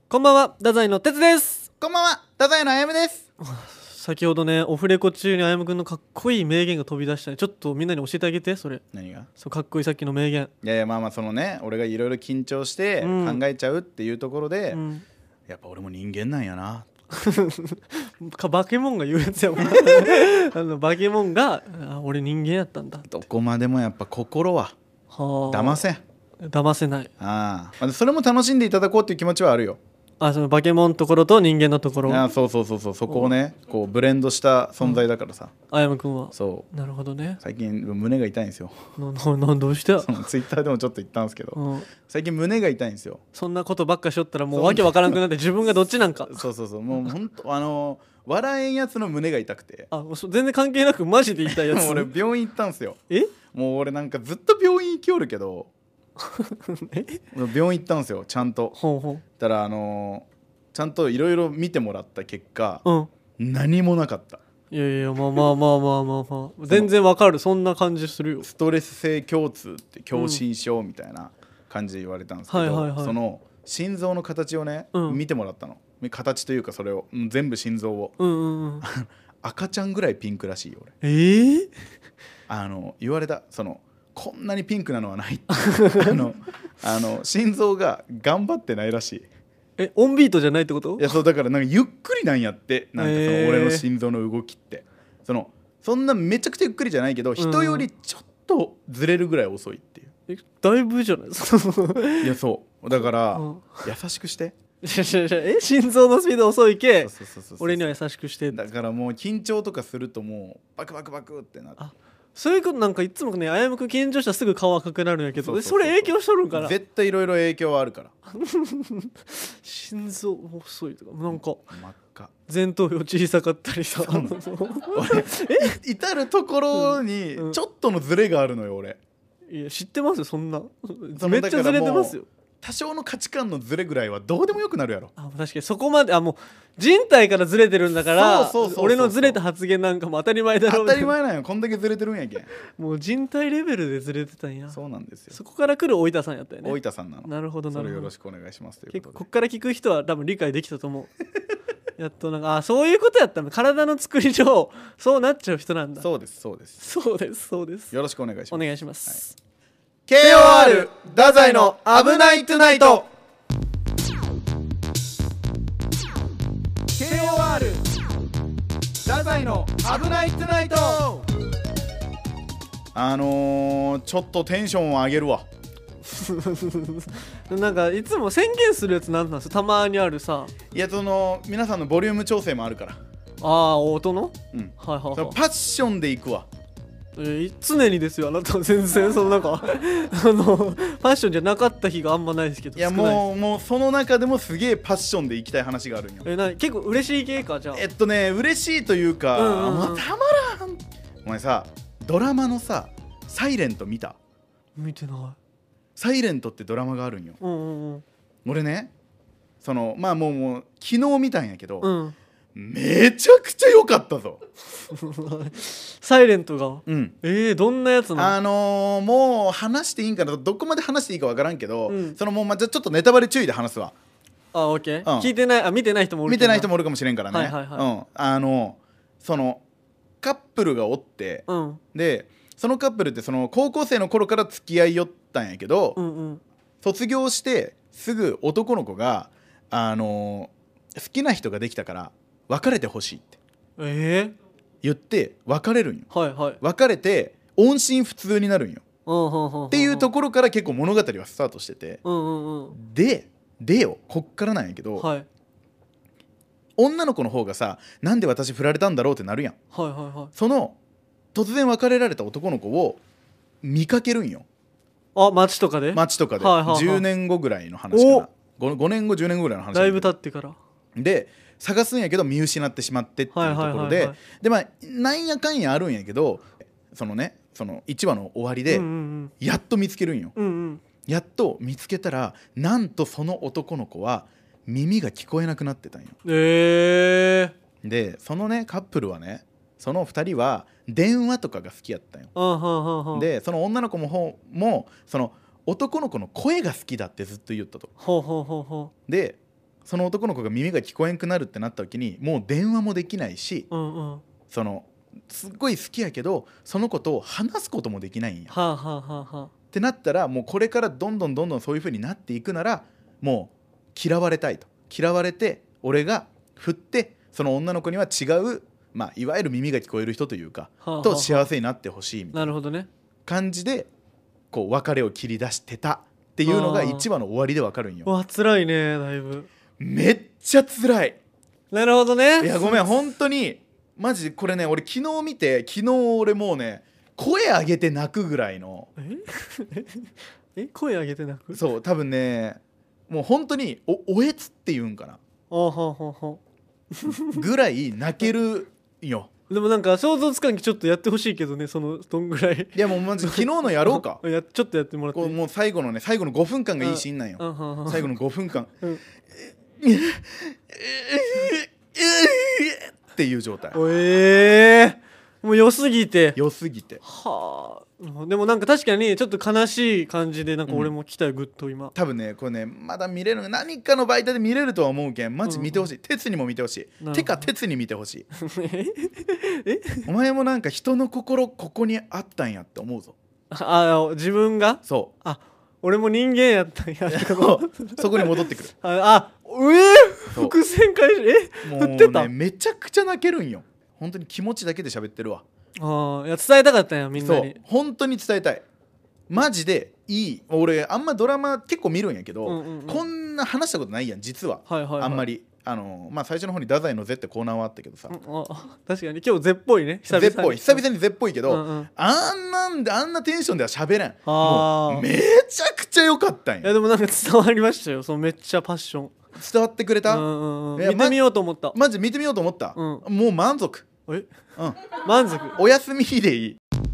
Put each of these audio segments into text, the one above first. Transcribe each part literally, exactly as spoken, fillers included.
こんばんは、太宰の哲です。 こんばんは、太宰のあやむです。 先ほどね、オフレコ中にあやむくんのかっこいい名言が飛び出したね。ちょっとみんなに教えてあげて、それ。 何が？ そう、かっこいいさっきの名言。 いやいや、まあまあそのね、俺がいろいろ緊張してうん考えちゃうっていうところで、 うん、 やっぱ俺も人間なんやな。 かバケモンが言うやつやもんあのバケモンがあ俺人間やったんだって。 どこまでもやっぱ心ははあ、 騙せん。 騙せない。 ああ、それも楽しんでいただこうっていう気持ちはあるよ。 あ、そのバケモンのところと人間のところ。 ああ、そうそうそうそう、そこをね、こうブレンドした存在だからさ。 あやむくんは。 そう。 なるほどね。 最近胸が痛いんですよ。 なななどうしてそのツイッターでもちょっと言ったんですけど、 うん、 最近胸が痛いんですよ。 そんなことばっかしよったらもうわけわからんくなって自分がどっちなんか。 そうそうそう、もう本当あの笑えんやつの胸が痛くて、 あ、全然関係なくマジで言いたいやつ。 俺病院行ったんすよ。 えもう俺なんかずっと病院行きおるけどえ病院行ったんすよ、ちゃんと。 ほうほう。 たらあのーちゃんといろいろ見てもらった結果、 うん。 何もなかった。 いやいや、まあまあまあまあまあまあ全然わかる。そんな感じするよ。 ストレス性胸痛って狭心症みたいな感じで言われたんですけど、 はいはいはい、 その心臓の形をね、 うん、 見てもらったの。形というかそれを、うん、全部心臓を、 うんうんうん、 赤ちゃんぐらいピンクらしいよ俺。 えー、 あの言われた。そのこんなにピンクなのはないってあのあの心臓が頑張ってないらしい。 え、オンビートじゃないってこと？ いや、そうだからなんかゆっくりなんやって。なんかその俺の心臓の動きって、そのそんなめちゃくちゃゆっくりじゃないけど、人よりちょっとずれるぐらい遅いっていう。 え、だいぶじゃないですか。 いや、そうだから、 うん、 優しくして。 え、心臓のスピード遅いけ俺には優しくして。 だからもう緊張とかするともうバクバクバクってなって。あ、 そういうこと。なんかいつもね、あやむくん緊張したらすぐ顔赤くなるんやけど、そうそうそうそう、それ影響しとるんかな。絶対いろいろ影響はあるから心臓細いとか、なんか真っ赤、 前頭葉小さかったりさ俺至る所にちょっとのズレがあるのよ俺。 いや、知ってますよ、そんな。めっちゃズレてますよ。 多少の価値観のズレぐらいはどうでもよくなるやろ。 あ、確かにそこまで。あ、もう人体からズレてるんだから、 そうそうそうそう、 俺のズレた発言なんかも当たり前だろう。 当たり前なんよ、こんだけズレてるんやけん。 もう人体レベルでズレてたんや。 そうなんですよ。 そこから来る大分さんやったよね。 大分さんなの。 なるほどなるほど。 それよろしくお願いしますということで。 結構こっから聞く人は多分理解できたと思うやっとなんか、あ、そういうことやったの。体の作り上そうなっちゃう人なんだ。 そうですそうですそうですそうです。 よろしくお願いします。 お願いします、 はい、ケーオーアール 太宰の危ないトゥナイト。 ケーオーアール 太宰の危ないトゥナイト。あのー、ちょっとテンションを上げるわなんかいつも宣言するやつなんなんですよ、たまにあるさ。 いや、その皆さんのボリューム調整もあるから。 ああ、音の、 うん、 はいはいはい、 そのパッションでいくわ。 えー、常にですよ、あなたは。全然そのなんかあのファッションじゃなかった日があんまないですけど。 いや、もうもうその中でもすげえパッションでいきたい話があるんよ。 え、なに、結構嬉しい系か。じゃあえっとね、嬉しいというか、うんうんうん、もうたまらん。お前さ、ドラマのさサイレント見た？ 見てない。 サイレントってドラマがあるんよ、 うんうんうん、 俺ね、そのまあもうもう昨日見たんやけど、 うん、 めちゃくちゃ良かったぞサイレントが。 うん。 えー、どんなやつなの？ あのー、もう話していいんかな、どこまで話していいかわからんけど、うん、そのもうまあ、じゃちょっとネタバレ注意で話すわ。 あ、オッケー、うん、聞いてない、あ、見てない人もおる。 見てない人もおるかもしれんからね、 はいはいはい、 うん、あのそのカップルがおって、うん、でそのカップルってその高校生の頃から付き合いよったんやけど、うんうん、卒業してすぐ男の子が、あのー、好きな人ができたから別れてほしいって、えー、言って別れるんよ、はいはい、別れて音信不通になるんよ、うん、っていうところから結構物語はスタートしてて、うんうんうん、ででよ、こっからなんやけど、はい、女の子の方がさ、なんで私振られたんだろうってなるやん、はいはいはい、その突然別れられた男の子を見かけるんよ。 あ、街とかで街とかで、はいはいはい、じゅうねんごぐらいの話かな。 5, ごねんごじゅうねんごぐらいの話だいぶ経ってからで探すんやけど見失ってしまってっていうところで、はいはいはいはい、でまあなんやかんやあるんやけど、そのね、そのいちわの終わりで、うんうんうん、やっと見つけるんよ、うんうん、やっと見つけたら、なんとその男の子は耳が聞こえなくなってたんよ、えー、でそのねカップルはね、そのふたりは電話とかが好きやったんよ、はははでその女の子も方もその男の子の声が好きだってずっと言ったと。ほうほうほうほうでその男の子が耳が聞こえんくなるってなった時にもう電話もできないし、 うんうん、 そのすっごい好きやけどその子と話すこともできないんや、 はあはあはあはあ、 ってなったらもうこれからどんどんどんどんそういう風になっていくならもう嫌われたいと、嫌われて俺が振ってその女の子には違う、まあ、いわゆる耳が聞こえる人というか、はあはあ、と幸せになってほしいみたいな感じでこう別れを切り出してたっていうのがいちわの終わりでわかるんよ。 わ辛いねだいぶ。 めっちゃ辛い。 なるほどね。 いやごめん本当にマジこれね俺昨日見て昨日俺もうね声上げて泣くぐらいのええ声上げて泣く。 そう多分ねもう本当に お, おえつっていうんかなあはははぐらい泣けるよ。 でもなんか想像つかんきちょっとやってほしいけどね、そのどんぐらい。 いやもうマジ昨日のやろうかやちょっとやってもらっていい。 こうもう最後のね最後のごふんかんがいいシーンなんよ。最後のごふんかん、うん、っていう状態。 えー、もう良すぎて良すぎてはあ。でもなんか確かにちょっと悲しい感じでなんか俺も来たよ、うん、グッと今。 多分ねこれねまだ見れる何かの媒体で見れるとは思うけんマジ見てほしい、うん、鉄にも見てほしい。てか鉄に見てほしいえお前もなんか人の心ここにあったんやって思うぞ。 ああ自分がそうあ俺も人間やったんやそこに戻ってくるああうえー、伏線回収えもう、ね、振ってためちゃくちゃ泣けるんよ。本当に気持ちだけで喋ってるわ。 ああいや伝えたかったんやみんなに。 そう本当に伝えたいマジでいい。俺あんまドラマ結構見るんやけど、うんうんうん、こんな話したことないやん実は、はいはいはい、あんまりあのまあ最初の方に太宰のゼってコーナーはあったけどさ、うん、 あ確かに今日ゼっぽいね久々にゼっぽい久々にゼっぽいけど、うんうん、あんなんであんなテンションでは喋れん。もうめちゃくちゃ良かったんや。 いやでもなんか伝わりましたよそのめっちゃパッション伝わってくれた、 うんうんうん、見てみようと思った。 マジ見てみようと思った、うん、もう満足。 え、 うん、 満足。 お休みでいい。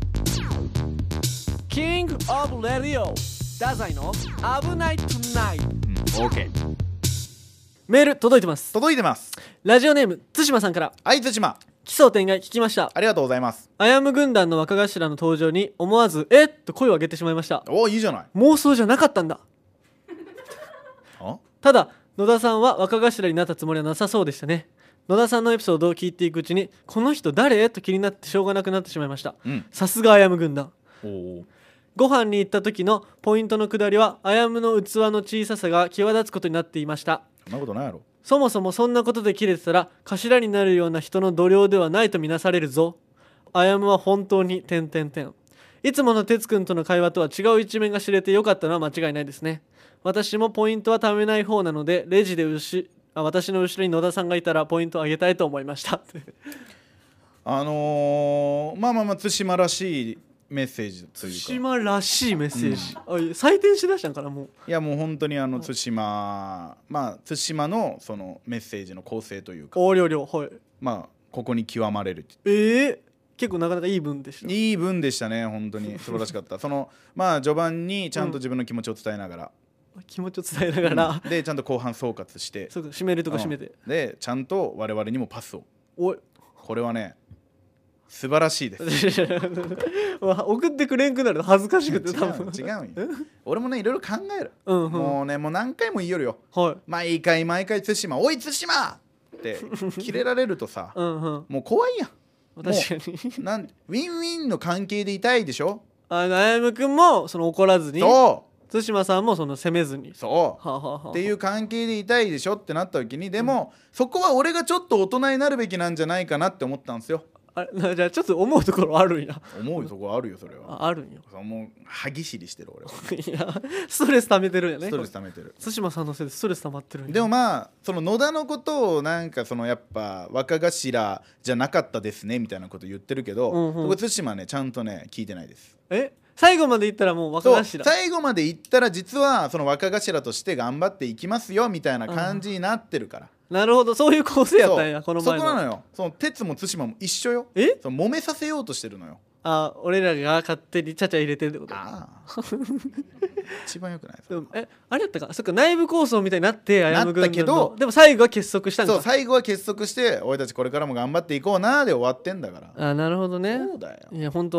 キングオブレディオ太宰の危ないトゥナイト。 オーケー。 メール届いてます。 届いてます。 ラジオネーム対馬さんから。 はい対馬。 奇想天外聞きました。 ありがとうございます。 あやむ軍団の若頭の登場に思わずえっと声を上げてしまいました。 おいいじゃない。 妄想じゃなかったんだあただ野田さんは若頭になったつもりはなさそうでしたね。野田さんのエピソードを聞いていくうちにこの人誰と気になってしょうがなくなってしまいました。さすがあやむ軍団。おご飯に行った時のポイントの下りはあやむの器の小ささが際立つことになっていました。 そんなことないやろ。 そもそもそんなことで切れてたら頭になるような人の度量ではないとみなされるぞ。あやむは本当に点々点。いつもの哲くんとの会話とは違う一面が知れてよかったのは間違いないですね。私もポイントは貯めない方なのでレジで牛あ私の後ろに野田さんがいたらポイントを上げたいと思いましたあのー、まあまあまあ対馬らしいメッセージというか対馬らしいメッセージ、うん、あ採点しだしたんかな。もういやもう本当にあの対馬まあ対馬のそのメッセージの構成というかお量量はいまあここに極まれるえー、結構なかなかいい文でした。 いい文でしたね本当に素晴らしかったそのまあ序盤にちゃんと自分の気持ちを伝えながら、 うん、気持ちを伝えながら、 うん、でちゃんと後半総括してそうか締めるとか締めて、 うん、でちゃんと我々にもパスをおいこれはね素晴らしいです送ってくれんくなる恥ずかしくて多分違うよ俺もねいろいろ考える、うんうん、もうねもう何回も言いよるよ、はい、毎回毎回対馬おい対馬ってキレられるとさうん、うん、もう怖いやん。 確かになんウィンウィンの関係でいたいでしょ。 あのあやむくんもその怒らずにそう対馬さんもその責めずにそう、はあはあ、っていう関係でいたいでしょってなった時にでも、うん、そこは俺がちょっと大人になるべきなんじゃないかなって思ったんですよ。 あじゃあちょっと思うところあるんや。 思うところあるよそれは。 あ, あるんよ。 もう歯ぎしりしてる俺は。 いやストレス溜めてるんやね。 ストレス溜めてる。 対馬さんのせいでストレス溜まってるんや。 でもまあその野田のことをなんかそのやっぱ若頭じゃなかったですねみたいなこと言ってるけど、うんうん、僕対馬ねちゃんとね聞いてないです。 え最後まで言ったらもう若頭最後まで言ったら実はその若頭として頑張っていきますよみたいな感じになってるから。 なるほどそういう構成やったんやこの前の。 そこなのよ。その鉄も対馬も一緒よ。 えその揉めさせようとしてるのよ。 あ俺らが勝手にちゃちゃ入れてるってこと。 ああ一番よくないですか。 えあれやったかそっか内部構想みたいになってあやむ軍団のなったけどでも最後は結束したんか。 そう最後は結束して俺たちこれからも頑張っていこうなーで終わってんだから。 あなるほどね。 そうだよ。 いや本当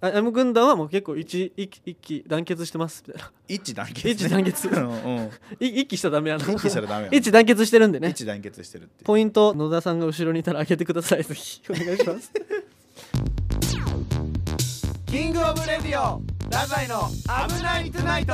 あやむ軍団はもう結構一一一気団結してますみたいな。 一致団結、ね、 一致団結うん、うん、 一気したらダメやな。 一気したらダメや一致団結してるんでね。 一致団結してるってポイント野田さんが後ろにいたら開けてください。ぜひお願いしますキングオブレディオラザイの危ないトゥナイト。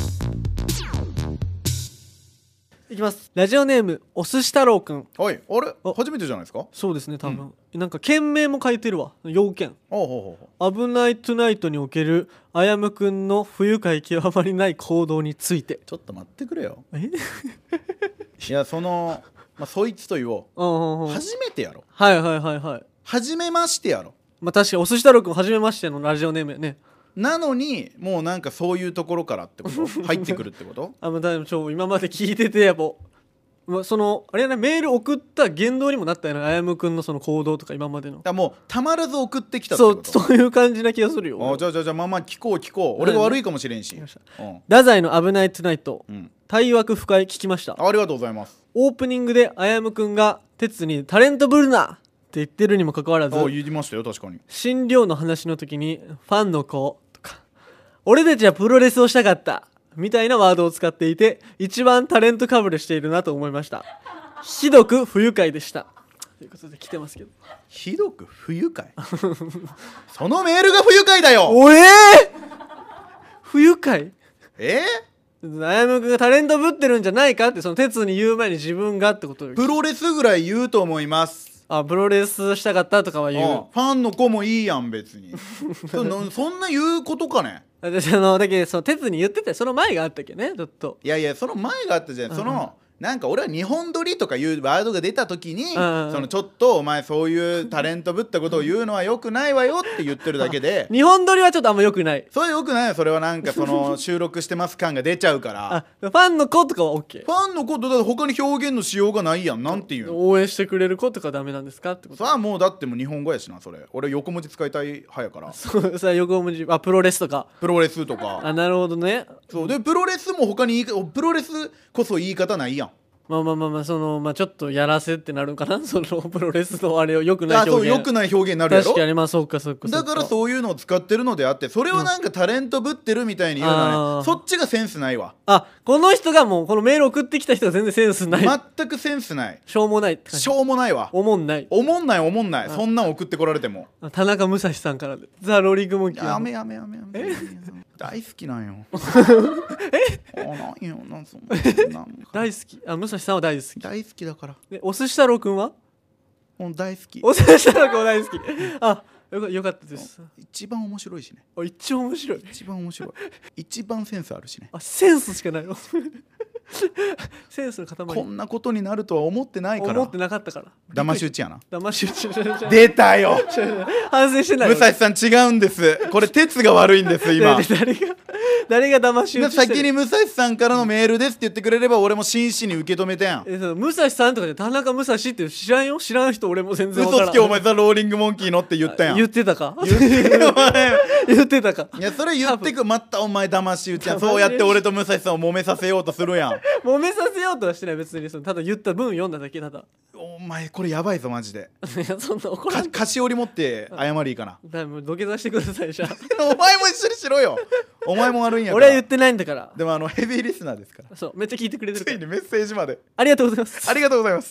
いきます。ラジオネームお寿司太郎くん。 はい、あれ初めてじゃないですか。 そうですね多分、うん、なんか件名も書いてるわ。要件ほうほうほう。 危ないトゥナイトにおけるあやむくんの不愉快極まりない行動について。 ちょっと待ってくれよ。 えいやその、まあ、そいつと言おう、うんうん、初めてやろ。 はいはいはいはい。 初めましてやろ。 まあ確かにお寿司太郎くん初めましてのラジオネームやね。 なのにもうなんかそういうところからってこと入ってくるってことあ、まあ、だちょ今まで聞いててやっぱまあ、そのあれやねメール送った言動にもなったよなあやむくんのその行動とか今までの。 だもうたまらず送ってきたってこと。 そうそういう感じな気がするよ。 あじゃあじゃあじゃあまあまあ聞こう聞こう。俺が悪いかもしれんし、うん、 太宰の危ないトゥナイト、うん、対枠深い聞きました。 ありがとうございます。 オープニングであやむくんが鉄にタレントぶるなって言ってるにもかかわらず、 あ言いましたよ確かに。 診療の話の時にファンの子とか俺たちはプロレスをしたかったみたいなワードを使っていて一番タレントかぶれしているなと思いました。ひどく不愉快でしたということで来てますけど。 ひどく不愉快そのメールが不愉快だよ。 おえー、不愉快えー、あやむくんがタレントぶってるんじゃないかってその鉄に言う前に自分がってことよ。 プロレスぐらい言うと思います。 あプロレスしたかったとかは言う。 ファンの子もいいやん別にそ, そんな言うことかね。 私あのだけどその鉄に言っててその前があったっけねずっと。 いやいやその前があったじゃん。そのなんか俺は日本撮りとかいうワードが出た時に、うんうん、そのちょっとお前そういうタレントぶったことを言うのはよくないわよって言ってるだけで日本撮りはちょっとあんまよくない。 それよくないよ。それはなんかその収録してます感が出ちゃうからあファンの子とかは OK。 ファンの子とだって他に表現のしようがないやん。なんていうの応援してくれる子とかダメなんですかってこと。 さあもうだってもう日本語やしな。それ俺横文字使いたい派やから。 そうさ横文字あプロレスとかプロレスとかあなるほどね。 そうでプロレスも他に言いプロレスこそ言い方ないやん。 まあまあまあまあそのまあちょっとやらせってなるんかなそのプロレスのあれをよくない表現。あそうよくない表現になるやろ。 確かにまあそうかそうかだからそういうのを使ってるのであってそれをなんかタレントぶってるみたいに言うのはね、うん、そっちがセンスないわ。 あこの人がもうこのメール送ってきた人が全然センスない。 全くセンスない。 しょうもないしょうもないわ。 おもんないおもんないおもんない。そんなん送ってこられても。 田中武蔵さんからでザ・ローリング・モンキー。 やめやめやめやめ大好きなんよえあなんよなんそんな大好き。あ武蔵さんは大好き。 大好きだから。 でお寿司太郎くんはもう大好き。 お寿司太郎くんは大好きあよか、よかったです。 一番面白いしね。 あ一番面白い。 一番面白い一番センスあるしね。 あセンスしかないのセンスの塊。 こんなことになるとは思ってないから。 思ってなかったから。 騙し討ちやな。 騙し討ち出たよ反省してない。 武蔵さん違うんです。これ鉄が悪いんです今誰が誰が騙し討ちしてる。 先に武蔵さんからのメールですって言ってくれれば俺も真摯に受け止めたやん。 えそう武蔵さんとかで田中武蔵って知らんよ。知らん人俺も全然分からん。 嘘つけお前ザ・ローリング・モンキーのって言ったやん。 言ってたか言ってお前言ってたか。 いやそれ言ってくまたお前騙し討ちやん。そうやって俺と武蔵さんを揉めさせようとするやん。 揉めさせようとはしてない別に。そのただ言った文読んだだけ。ただお前これやばいぞマジでいやそんな怒らん。 菓子折り持って謝りいいかな。 だもう土下座してくださいじゃあお前も一緒にしろよ。お前も悪いんやから。 俺は言ってないんだから。 でもあのヘビーリスナーですから。 そうめっちゃ聞いてくれてるから。 ついにメッセージまでありがとうございます。 ありがとうございます。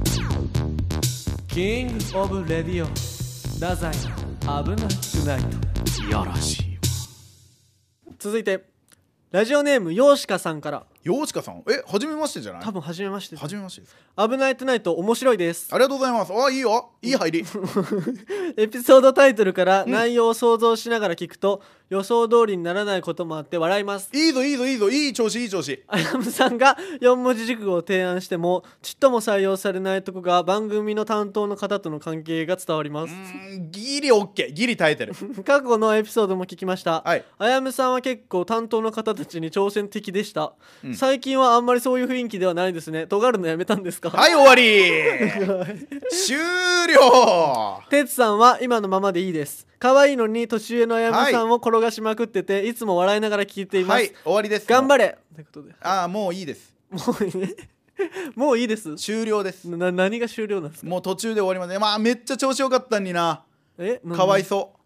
キングオブレディオ太宰危なくないと。 いやらしいわ。 続いてラジオネームヨーシカさんから。 ヨーシカさんえ初めましてじゃない。 多分初めまして。 初めましてです。 危ないトゥナイト面白いです。 ありがとうございます。あいいよいい入りエピソードタイトルから内容を想像しながら聞くと、うん、予想通りにならないこともあって笑います。 いいぞいいぞいいぞいい調子いい調子。 あやむさんがよん文字熟語を提案してもちっとも採用されないとこが番組の担当の方との関係が伝わります。うーんギリオッケーギリ耐えてる過去のエピソードも聞きました、 はい、 あやむさんは結構担当の方たちに挑戦的でした、うん、最近はあんまりそういう雰囲気ではないですね。尖るのやめたんですか。 はい終わり終了。 てつさんは今のままでいいです。可愛いのに年上のあやむさんを転がしまくってて、はい、いつも笑いながら聞いています。 はい終わりです。 頑張れということで。 ああもういいです。 もういいねもういいです。 終了です。 な何が終了なんですか。 もう途中で終わりますね。まあめっちゃ調子よかったんにな。 えかわいそう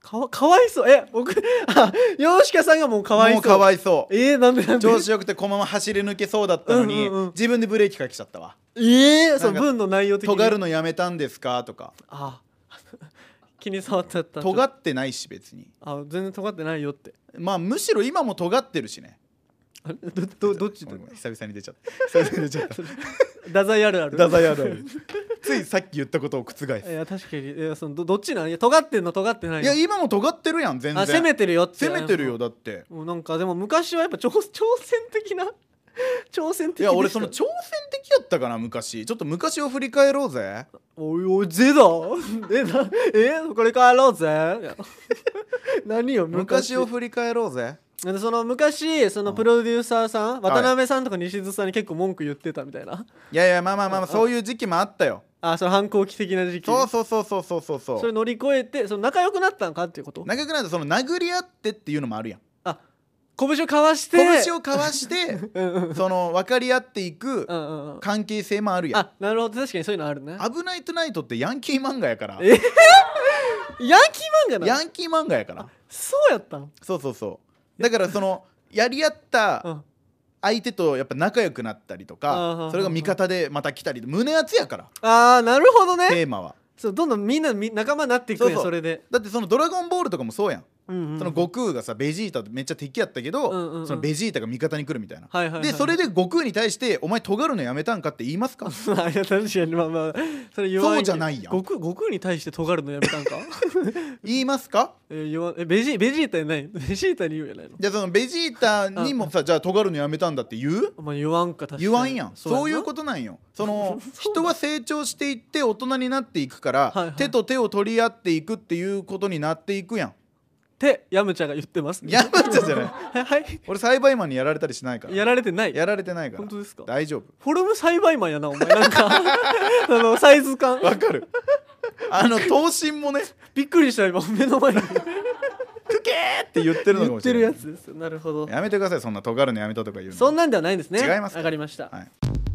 かわかわいそうえ僕あヨシカさんがもうかわいそうもうかわいそうえー、なんでなんで調子よくてこのまま走り抜けそうだったのに、うんうんうん、自分でブレーキかけちゃったわ。 えー、その文の内容的に尖るのやめたんですかとか。 あ気に触っちゃった。 尖ってないし別に。 あ全然尖ってないよって。 まあむしろ今も尖ってるしね。 あれどどどっちで久々に出ちゃった久々に出ちゃった太宰あるある太宰あるあるついさっき言ったことを覆す。いや確かにいやその ど, どっちなんいや尖ってんの尖ってないの。 いや今も尖ってるやん全然。 あ攻めてるよって攻めてるよだって。 もうなんかでも昔はやっぱ挑挑戦的な挑戦的。 いや俺その挑戦的やったかな昔。ちょっと昔を振り返ろうぜ。 おいおいぜだえなえこれ帰ろうぜ何よ昔, 昔を振り返ろうぜ。 その昔そのプロデューサーさん、渡辺さんとか西津さんに結構文句言ってたみたいな。 いやいやまあまあまあ、まあ、そういう時期もあったよ。 あその反抗期的な時期。 そうそうそうそうそうそうそう。 それ乗り越えてその仲良くなったんかっていうこと。 仲良くなったその殴り合ってっていうのもあるやん。 あ拳を交わして拳を交わしてその分かり合っていく関係性もあるやん。 あなるほど確かにそういうのあるね。 危ないトゥナイトってヤンキー漫画やから。 えヤンキー漫画な。 ヤンキー漫画やから。 そうやったん。 そうそうそうだからそのやり合った相手とやっぱ仲良くなったりとか、それが味方でまた来たり、胸熱やから。 ああなるほどね。 テーマはそうどんどんみんな仲間になっていくんや。 そ, それでだってそのドラゴンボールとかもそうやん。うんうんうん、その悟空がさベジータとめっちゃ敵やったけど、うんうんうん、そのベジータが味方に来るみたいな、はいはいはい、でそれで悟空に対してお前尖るのやめたんかって言いますか。 いや確かにまあまあそれそうじゃないやん。 悟空悟空に対して尖るのやめたんか言いますか。 え言わえベジベジータにないベジータに言うやないの。 じゃあそのベジータにもさじゃあ尖るのやめたんだって言う。 まあ言わんか確かに言わんやん。そう、そういうことなんよ。その人は成長していって大人になっていくからはい、はい、手と手を取り合っていくっていうことになっていくやん。 ってヤムチャが言ってます、ね、 ヤムチャじゃないはい、 俺栽培マンにやられたりしないから。 やられてない。 やられてないから。 本当ですか。 大丈夫。 フォルム栽培マンやなお前なんかあのサイズ感わかる。あの頭身もねびっくりした今目の前にクケーって言ってるのかもしれない。 言ってるやつです。なるほど。 やめてくださいそんな尖るのやめたとか言うの。 そんなんではないんですね。 違います。 わかりました、 はい、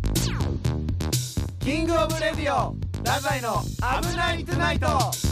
キングオブレディオ太宰の危ないトゥナイト。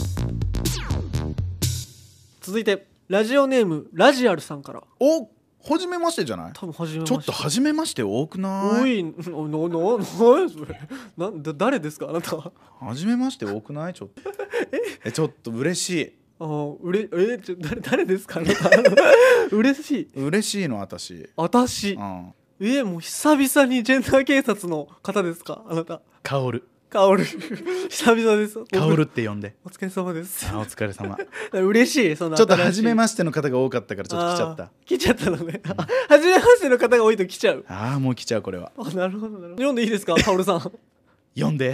続いてラジオネームラジアルさんから。 お初めましてじゃない。 多分初めまして。 ちょっと初めまして多くない。 おいののののそれなんだ誰ですかあなた。 初めまして多くないちょっとえちょっと嬉しい。 あうれえちょ誰誰ですかあなた嬉しい嬉しいの私私、うん、えもう久々にジェンダー警察の方ですかあなた。 カオルカオル久々です。 カオルって呼んで。 お疲れ様です。 あお疲れ様嬉しい。そんなちょっと初めましての方が多かったからちょっと来ちゃった。 来ちゃったのね、うん、初めましての方が多いと来ちゃう。 ああもう来ちゃうこれは。 あなるほどなるほど。読んでいいですかカオルさん読んで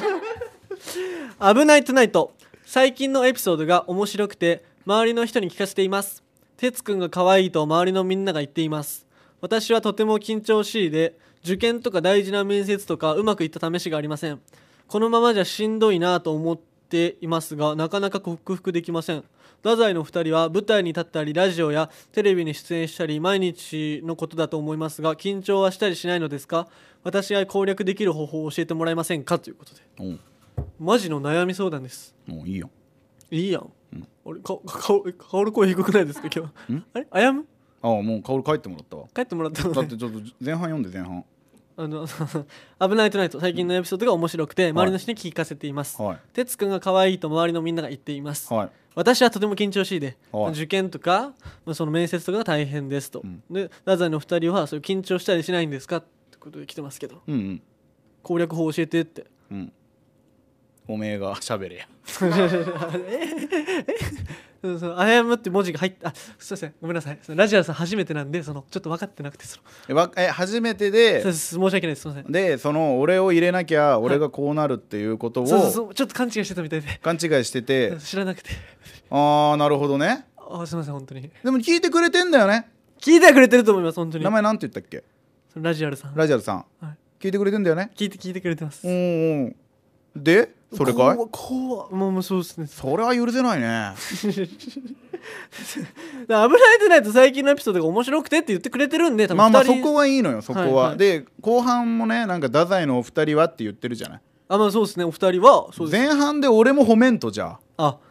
危ないトゥナイト。最近のエピソードが面白くて周りの人に聞かせています。哲くんが可愛いと周りのみんなが言っています。私はとても緊張しいで受験とか大事な面接とかうまくいった試しがありません。このままじゃしんどいなと思っていますがなかなか克服できません。太宰のふたりは舞台に立ったりラジオやテレビに出演したり毎日のことだと思いますが緊張はしたりしないのですか。私が攻略できる方法を教えてもらえませんかということで。おマジの悩み相談です。 もういいよ。 いいやん、うん、俺かかかおる声低くないですか今日。んあれあやむ。 ああもうかおる帰ってもらったわ。 帰ってもらったの、ね、 だってちょっと前半読んで前半あの危ないトゥナイト最近のエピソードが面白くて周りの人に聞かせています。はい、哲くんが可愛いと周りのみんなが言っています。はい、私はとても緊張しいで、はい、受験とかその面接とかが大変ですと、うん、で太宰のふたりはそういう緊張したりしないんですかってことで来てますけど、うんうん、攻略法教えてって、うん、 おめえがしゃべれやええそのあやむって文字が入ってあすいませんごめんなさいラジアルさん初めてなんでそのちょっと分かってなくてそのえ初めてで申し訳ないですすいません。 でその俺を入れなきゃ俺がこうなるっていうことを、はい、 そうそうそうちょっと勘違いしてたみたいで勘違いしてて知らなくてああなるほどね。 あすいません本当に。 でも聞いてくれてんだよね。 聞いてくれてると思います本当に。 名前なんて言ったっけ。 ラジアルさん。 ラジアルさん、はい、聞いてくれてんだよね。 聞いて聞いてくれてます。 うんうんでそれかい。 怖っまあまあそうですね。 それは許せないね危ないトゥナイト最近のエピソードが面白くてって言ってくれてるんで多分まあまあそこはいいのよそこは、はいはい、で後半もねなんか太宰のお二人はって言ってるじゃない。 あまあそうですねお二人はそうです。 前半で俺も褒めんとじゃああ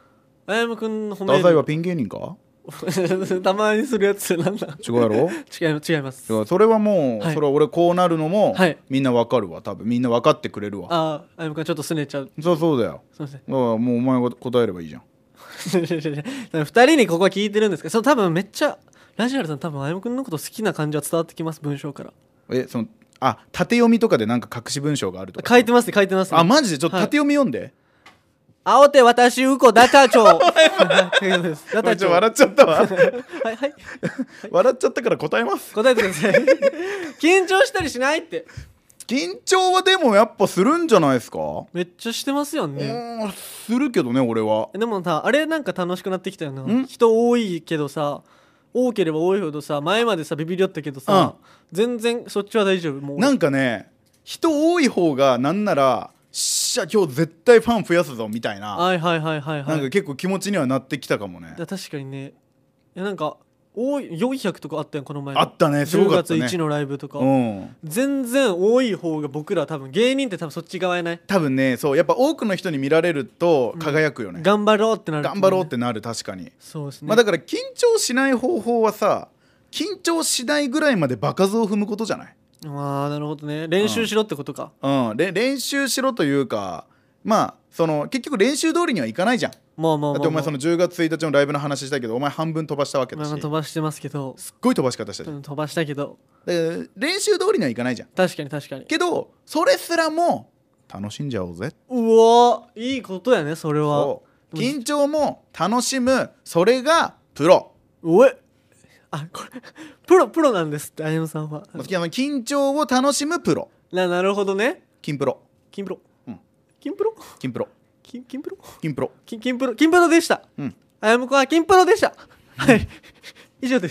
あやむくん褒める太宰はピン芸人かたまにするやつなんだ違うやろ違います違いますそれはもう、 はい、 それは俺こうなるのも、はい、みんなわかるわ多分みんな分かってくれるわああやむくんちょっとすねちゃうそうそうだよすいませんだからもうお前が答えればいいじゃんふたりにここは聞いてるんですけどその多分めっちゃラジアルさん多分あやむくんのこと好きな感じは伝わってきます文章からえそのあ縦読みとかでなんか隠し文章があるとか書いてますね書いてますねあマジでちょっと縦読み読んで、はい青手私うこダタチョウダタチョウ笑っちゃったわはいはい笑っちゃったから答えます答えてください緊張したりしないって緊張はでもやっぱするんじゃないですかめっちゃしてますよねするけどね俺はでもさあれなんか楽しくなってきたよな人多いけどさ多ければ多いほどさ前までさビビりよったけどさ、うん、全然そっちは大丈夫もうなんかね人多い方がなんならしゃ今日絶対ファン増やすぞみたいなはいはいはいはい、はい、 なんか結構気持ちにはなってきたかもね確かにねいやなんか多いよんひゃくとかあったやんこの前あったねすごかったねじゅうがついちのライブとか、 うん、 全然多い方が僕ら多分芸人って多分そっち側やない多分ねそうやっぱ多くの人に見られると輝くよね、 うん、頑張ろうってなる、ね、 頑張ろうってなる確かにそうですね、 まあ、だから緊張しない方法はさ緊張しないぐらいまで場数を踏むことじゃない。 ああなるほどね練習しろってことか、 うん、うん、練習しろというかまあその結局練習通りにはいかないじゃん。 まあまあまあまあ、 だってお前そのじゅうがつついたちのライブの話したけどお前半分飛ばしたわけだし、 まあ、飛ばしてますけどすっごい飛ばし方したじゃん、 うん、飛ばしたけどで練習通りにはいかないじゃん。 確かに確かにけどそれすらも楽しんじゃおうぜ。 うわいいことやねそれは。 そう緊張も楽しむそれがプロ。 おいあこれプロプロなんですってあやむさんは。 緊張を楽しむプロ。 ななるほどね。 金プロ金プロ、 うん、 金プロ金プロ金金プロ金プロ金金プロ金プロでした、うん、あやむくんは金プロでした、うん、はい以上です。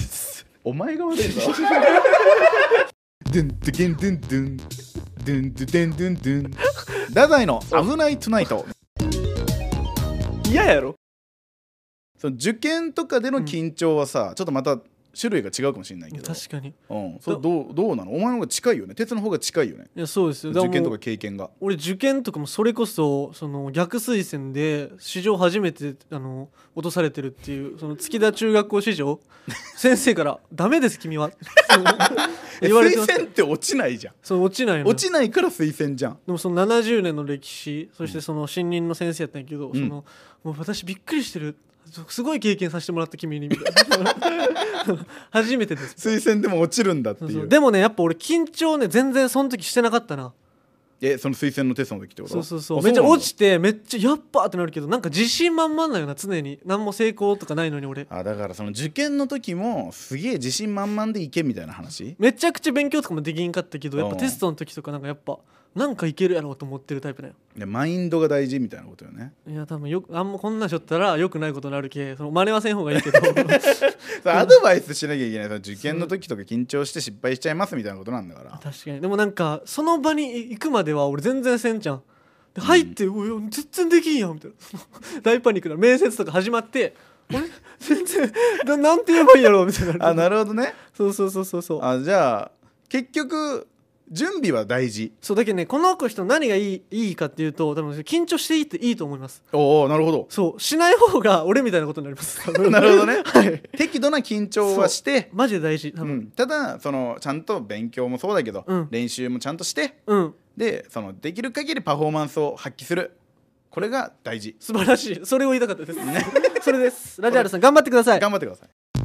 お前が悪いぞドゥンドゥンドゥンドゥンドゥンドゥンドゥンドゥンドゥン太宰の危ないトゥナイト。 嫌やろその受験とかでの緊張はさ、うん、ちょっとまた種類が違うかもしれないけど確かに、 うん、それどう、どうなのお前の方が近いよね。鉄の方が近いよね。 いやそうですよ。 受験とか経験が俺受験とかもそれこそその逆推薦で史上初めてあの落とされてるっていうその月田中学校史上先生から「ダメです君は」 言われてます。推薦って落ちないじゃん。 そう落ちないの。 落ちないから推薦じゃん。 でもそのななじゅうねんの歴史そしてその新任の先生やったんやけど、うん、そのもう私びっくりしてるすごい経験させてもらった君にみたいな初めてです。 推薦でも落ちるんだっていう。 そうそうでもねやっぱ俺緊張ね全然その時してなかったな。 えその推薦のテストの時ってこと？ そうそうそうめっちゃ落ちてめっちゃやっぱってなるけどなんか自信満々なよな常に何も成功とかないのに俺。 あだからその受験の時もすげえ自信満々でいけみたいな話。 めちゃくちゃ勉強とかもできんかったけどやっぱテストの時とかなんかやっぱなんかいけるやろうと思ってるタイプだよ。 でマインドが大事みたいなことよね。 いや多分よあんまこんなんしょったらよくないことになるけその真似はせん方がいいけどアドバイスしなきゃいけない。その受験の時とか緊張して失敗しちゃいますみたいなことなんだから。 確かに。でもなんかその場に行くまでは俺全然せんちゃんで入って、うん、全然できんやんみたいな大パニックな面接とか始まってあれ全然ななんて言えばいいやろみたいな。 あなるほどね。 そうそうそうそうそう。 あじゃあ結局準備は大事。 そうだけどねこの子人何がいい、いいかっていうと多分緊張していいっていいと思います。 おおなるほど。 そうしない方が俺みたいなことになりますなるほどね、 はい、 適度な緊張はしてマジで大事多分、 うん、ただそのちゃんと勉強もそうだけど、うん、練習もちゃんとして、うん、でそのできる限りパフォーマンスを発揮するこれが大事。 素晴らしい。それを言いたかったですねそれです。ラジアルさん頑張ってください。 頑張ってください。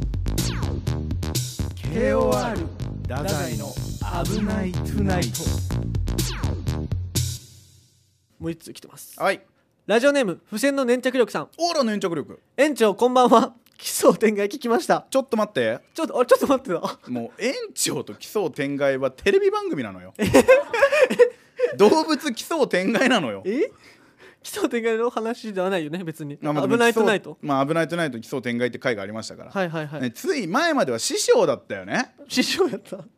ケーオーアール 太宰の危ないトゥナイト。 もう一通来てます。 はい。 ラジオネーム付箋の粘着力さん。 オーラ粘着力。 園長こんばんは。奇想天外聞きました。 ちょっと待ってちょっとあちょっと待ってたもう園長と奇想天外はテレビ番組なのよ動物奇想天外なのよ。 え奇想天外の話ではないよね別に。危ないトゥナイト。 まあ危ないトゥナイト奇想天外って回がありましたから。 はいはいはい、 ね、つい前までは師匠だったよね。 師匠やった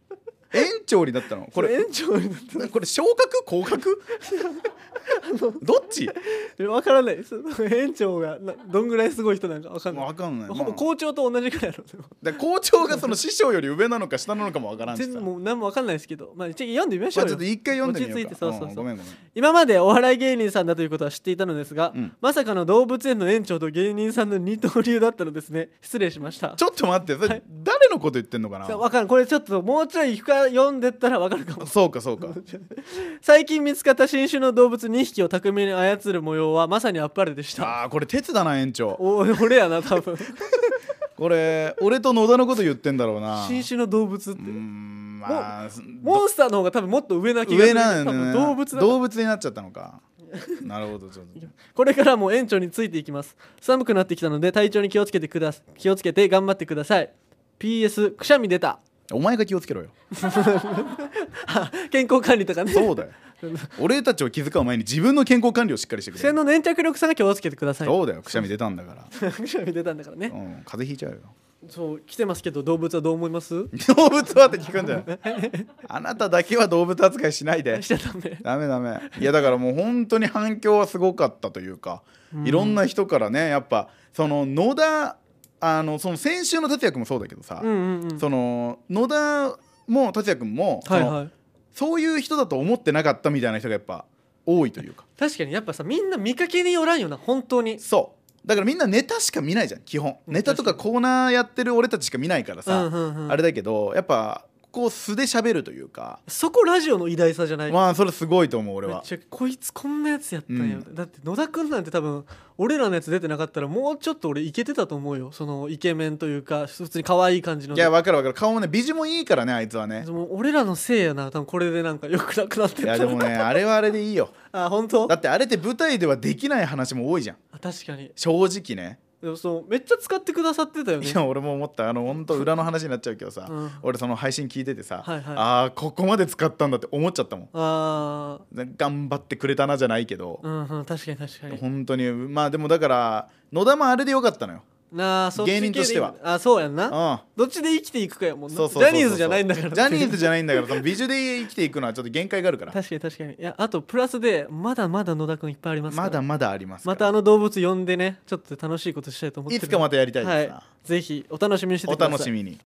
園長になったのこれ。 園長になったこれ昇格降格どっち分からない。園長がなどんぐらいすごい人なんか分かんない。 分かんない、 ほぼ校長と同じくらいやろ。 だ校長がその師匠より上なのか下なのかも分からんしさ。 全然もう何も分かんないですけど、まあ、読んでみましょうよ。 まあ、ちょっと一回読んでみようか。 落ち着いて、そうそうそう、 ん、ごめんごめん。 今までお笑い芸人さんだということは知っていたのですが、 うん、 まさかの動物園の園長と芸人さんの二刀流だったのですね。失礼しました。 ちょっと待って、それ、 はい、 誰のこと言ってんのかな。 分かん、これちょっともうちょい深読んでったら分かるかも。 そうかそうか最近見つかった新種の動物にひきを巧みに操る模様はまさにあっぱれでした。 あーこれ鉄だな園長。 お俺やな多分これ俺と野田のこと言ってんだろうな。 新種の動物って、 うーん、まあ、 モンスターの方が多分もっと上な気がする。 上なんだよね。 動物だ動物になっちゃったのかなるほど。ちょっとこれからも園長についていきます。寒くなってきたので体調に気をつけてくだ気をつけて頑張ってください。 ピーエス くしゃみ出た。 お前が気をつけろよ健康管理とかね。 そうだよ俺たちを気遣う前に自分の健康管理をしっかりしてくれ。 線の粘着力さんが気をつけてください。 そうだよ、くしゃみ出たんだからくしゃみ出たんだからね、 うん、風邪ひいちゃうよ。 そう来てますけど、動物はどう思います？ 動物はって聞くんだよあなただけは動物扱いしないで。 しちゃダメダメダメ。いやだからもう本当に反響はすごかったというか、うん、いろんな人からね、やっぱその野田、あのその先週の達也君もそうだけどさ、 うんうんうん、 その野田も達也君もその、はいはい、そういう人だと思ってなかったみたいな人がやっぱ多いというか。 確かにやっぱさ、みんな見かけによらんよな本当に。 そうだからみんなネタしか見ないじゃん基本。ネタとかコーナーやってる俺たちしか見ないからさ、うんうんうん、あれだけどやっぱこう素で喋るというか、 そこラジオの偉大さじゃない？ まあそれすごいと思う俺は。 めっちゃこいつこんなやつやったんや、うん、だって野田くんなんて多分俺らのやつ出てなかったらもうちょっと俺イケてたと思うよ。そのイケメンというか普通に可愛い感じの。 いや分かる分かる、顔もね美女もいいからねあいつはね。 でも俺らのせいやな多分これでなんか良くなくなってた。 いやでもねあれはあれでいいよあ本当？ だってあれって舞台ではできない話も多いじゃん。 あ確かに正直ね。 でもそうめっちゃ使ってくださってたよね。 いや俺も思った。あの本当裏の話になっちゃうけどさ、うん、俺その配信聞いててさ、 はいはい、 ああここまで使ったんだって思っちゃったもん。 あ頑張ってくれたなじゃないけど、 うんうん、確かに確かに本当に。まあでもだから野田もあれでよかったのよな。そっち芸人としては。 あそうやんな、うん、どっちで生きていくかやもんな。ジャニーズじゃないんだから。 ジャニーズじゃないんだからその美女で生きていくのはちょっと限界があるから確かに確かに。いやあとプラスでまだまだ野田くんいっぱいありますから。 まだまだありますから。 またあの動物呼んでねちょっと楽しいことしたいと思ってる。 いつかまたやりたいですな、 はい、ぜひお楽しみにしててください。 お楽しみに。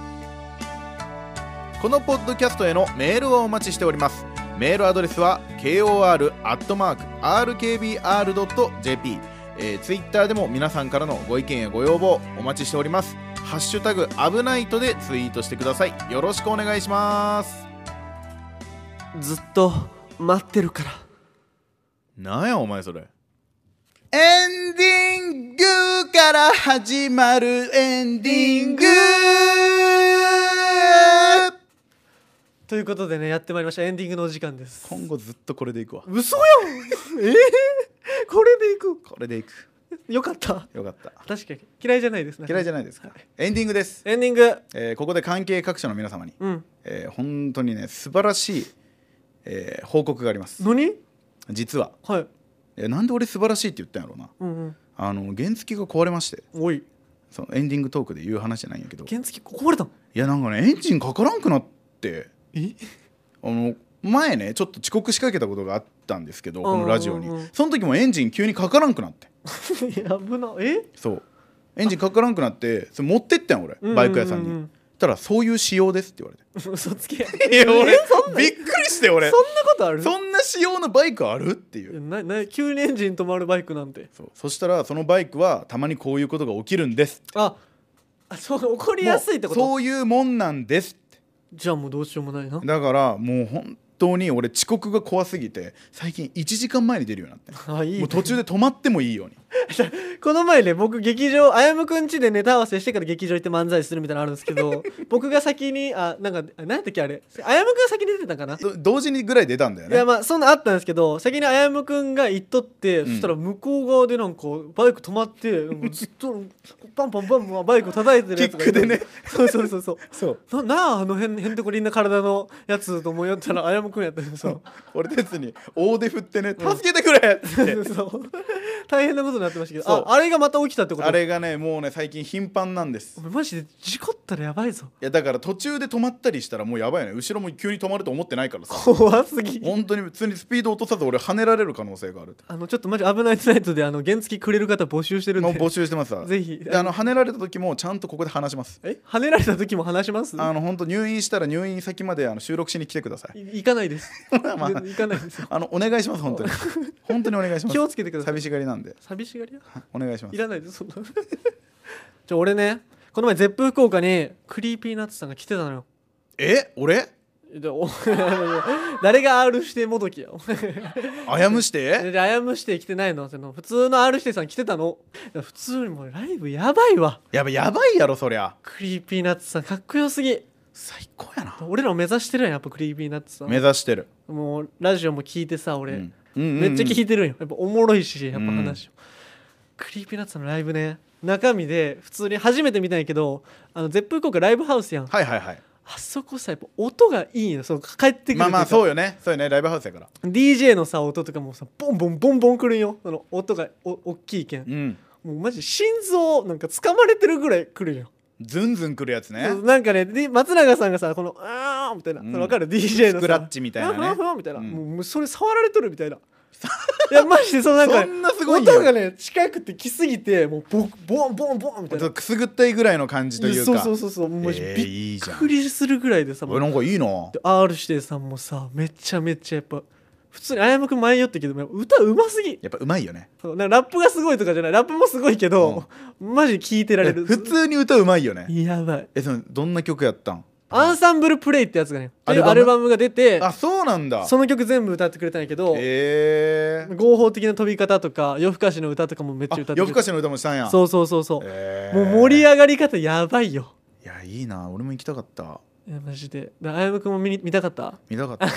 このポッドキャストへのメールをお待ちしております。メールアドレスは ケーオーアール アットマーク アールケービーアール ドット ジェーピー、えー、ツイッターでも皆さんからのご意見やご要望お待ちしております。ハッシュタグ危ないとでツイートしてください。よろしくお願いします。 ずっと待ってるから。 なんやお前それ。エンディングから始まるエンディングということでねやってまいりました。エンディングのお時間です。 今後ずっとこれでいくわ。 嘘やんえー、これでいく。 これでいく。 よかったよかった。 確かに嫌いじゃないですね。 嫌いじゃないですか、はい、エンディングです。 エンディング、 えー、ここで関係各社の皆様に、 うんえー、本当にね素晴らしい、えー、報告があります。 何？ 実は、 はい、 えー、なんで俺素晴らしいって言ったんやろうな、 うんうん、 あの原付が壊れまして。 おいそのエンディングトークで言う話じゃないんやけど、 原付壊れたの？ いやなんかねエンジンかからんくなって。 えあの前ねちょっと遅刻しかけたことがあったんですけどこのラジオに。その時もエンジン急にかからんくなってやぶな。えそうエンジンかからんくなってそれ持ってったん俺バイク屋さんに、うんうんうん、たらそういう仕様ですって言われて嘘つけ。 いや俺びっくりして俺そんなことある？ そんな仕様のバイクあるっていう。 なな急にエンジン止まるバイクなんて。 そうそしたらそのバイクはたまにこういうことが起きるんです。 ああそう起こりやすいってこと？ そういうもんなんですって。 じゃあもうどうしようもないな。 だからもう本当に俺遅刻が怖すぎて最近いちじかんまえに出るようになってあいい、ね、 もう途中で止まってもいいようにこの前ね僕劇場あやむくん家でネタ合わせしてから劇場行って漫才するみたいなのあるんですけど僕が先にあなんか何やったっけあれあやむくんが先に出てたかな。 同時にぐらい出たんだよね。 いやまあそんなあったんですけど先にあやむくんが行っとって、うん、そしたら向こう側でなんかバイク止まってずっとパンパンパンパンバイクを叩いてるやつがいてキックでねそうそうそうそうそうななああのへんへんてこりんな体のやつと思いよったらあやむくんやったんですよ。 俺鉄に大手振ってね助けてくれってそう大変なことになってましたけど、 そうああれがまた起きたってこと？ あれがねもうね最近頻繁なんです。 お前マジで事故ったらやばいぞ。 いやだから途中で止まったりしたらもうやばいね。後ろも急に止まると思ってないからさ、 怖すぎ。 本当に普通にスピード落とさず俺跳ねられる可能性がある。 あのちょっとマジ危ないトゥナイトであの原付くれる方募集してるんで、 もう募集してますわ。 ぜひであの跳ねられた時もちゃんとここで話します。 え跳ねられた時も話します？ あの本当入院したら入院先まであの収録しに来てください。 い行かないですまあで行かないですよ。 あのお願いします本当に本当にお願いします。 気をつけてください。 寂しがりなんで寂しがりやお願いします。 いらないですそんなじゃ俺ねこの前ゼップ福岡にクリーピーナッツさんが来てたのよ。 え俺でお誰が R 指定もどきやあやむしてであやむして来てないの。その普通の R 指定さん来てたの。普通にもうライブやばいわ。 やばいやばいやろそりゃ。 クリーピーナッツさんかっこよすぎ。 最高やな。 俺らを目指してるやんやっぱクリーピーナッツさん。 目指してる。 もうラジオも聞いてさ俺、 うんうんうんうん、 めっちゃ聞いてるんよ。やっぱおもろいしやっぱ話、うん、クリーピーナッツさんのライブね中身で普通に初めて見たんやけどあのゼップ福岡ライブハウスやん。 はいはいはい。 あそこさやっぱ音がいいんよ。そう帰ってくる。 まあまあそうよねそうよねライブハウスやからディージェー のさ音とかもさボンボンボンボンくるんよ。その音がお大きいけん、 うん、 もうマジ心臓なんか掴まれてるぐらいくるんよ。 ズンズンくるやつね。 なんかね松永さんがさこのあーみたいな、うん、分かる ディージェー のさスクラッチみたいなねみたいな、うん、もうそれ触られとるみたいな。いやマジでそのなんか、ね、 そんなすごい音がね近くて来すぎてもうボンボンボンボンみたいなくすぐったいぐらいの感じというかそうそうそうそうマジびっくりするぐらいでさ、 えー、なんかいいな。 R 指定さんもさめちゃめちゃやっぱ普通にあやむくん前よったけど歌うますぎ。 やっぱうまいよね。 そうなんかラップがすごいとかじゃないラップもすごいけど、うん、マジで聴いてられる。 普通に歌うまいよね。 やばい。 えそのどんな曲やったん？ アンサンブルプレイってやつがねアルバム？ アルバムが出てあそうなんだ。 その曲全部歌ってくれたんやけど、 えー、 合法的な飛び方とか夜更かしの歌とかもめっちゃ歌ってくれた。 夜更かしの歌もしたんや。 そうそうそうそう、 えー、 もう盛り上がり方やばいよ。 いやいいな俺も行きたかった。 いやマジであやむくんも 見, 見たかった見たかった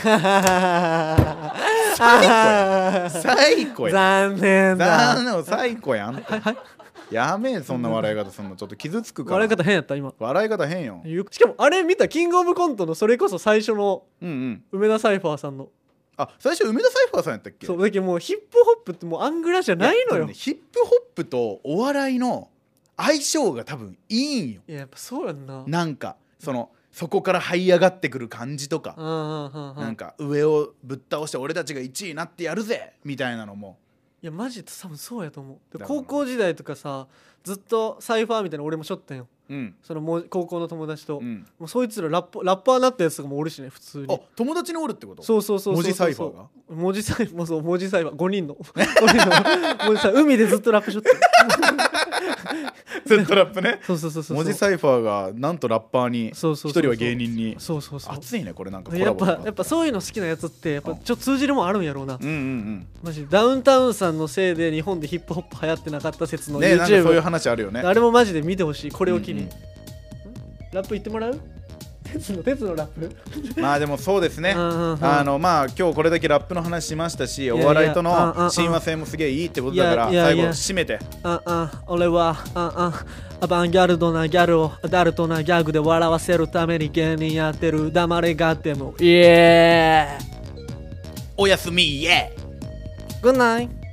最高や最高や残念だ残念最高やん。 はいはいやめえそんな笑い方すんのちょっと傷つくから。 笑い方変やった今。 笑い方変よ。 しかもあれ見たキングオブコントのそれこそ最初の梅田サイファーさんの、うんうん、 あ最初梅田サイファーさんやったっけ。 そうだけどもうヒップホップってもうアングラじゃないのよ。 ね、ヒップホップとお笑いの相性が多分いいんよ。 いややっぱそうやんな。 なんかそのそこから這い上がってくる感じとか、 うんうんうんうん、 なんか上をぶっ倒して俺たちがいちいになってやるぜみたいなのも。 いやマジで多分そうやと思う。高校時代とかさずっとサイファーみたいな俺もしょったんよ、うん、そのもう高校の友達と、うん、もうそいつらラップラッパーになったやつとかもおるしね普通に。 あ友達におるってこと。 そうそうそうそう文字サイファーが文字サイファーそう文字サイファーごにんの文字サイ海でずっとラップしょってずっとラップねそうそうそうそう文字サイファーがなんとラッパーに一人は芸人に。 そうそうそう熱いねこれなんかコラボやっぱやっぱそういうの好きなやつってやっぱちょっと通じるもんあるんやろうな。 うんうんうんマジダウンタウンさんのせいで日本でヒップホップ流行ってなかった説の YouTube ねなんかそういう話あるよね。 あれもマジで見てほしいこれを機に、うんうん、ラップ言ってもらう鉄の鉄のラップまあでもそうですねあのまあ今日これだけラップの話しましたしお笑いとの親和性もすげえいいってことだから最後締めて。 ああ俺はああアバンギャルドなギャルをアダルトなギャグで笑わせるために芸人やってる黙れがってもイエーおやすみイエーグッナイ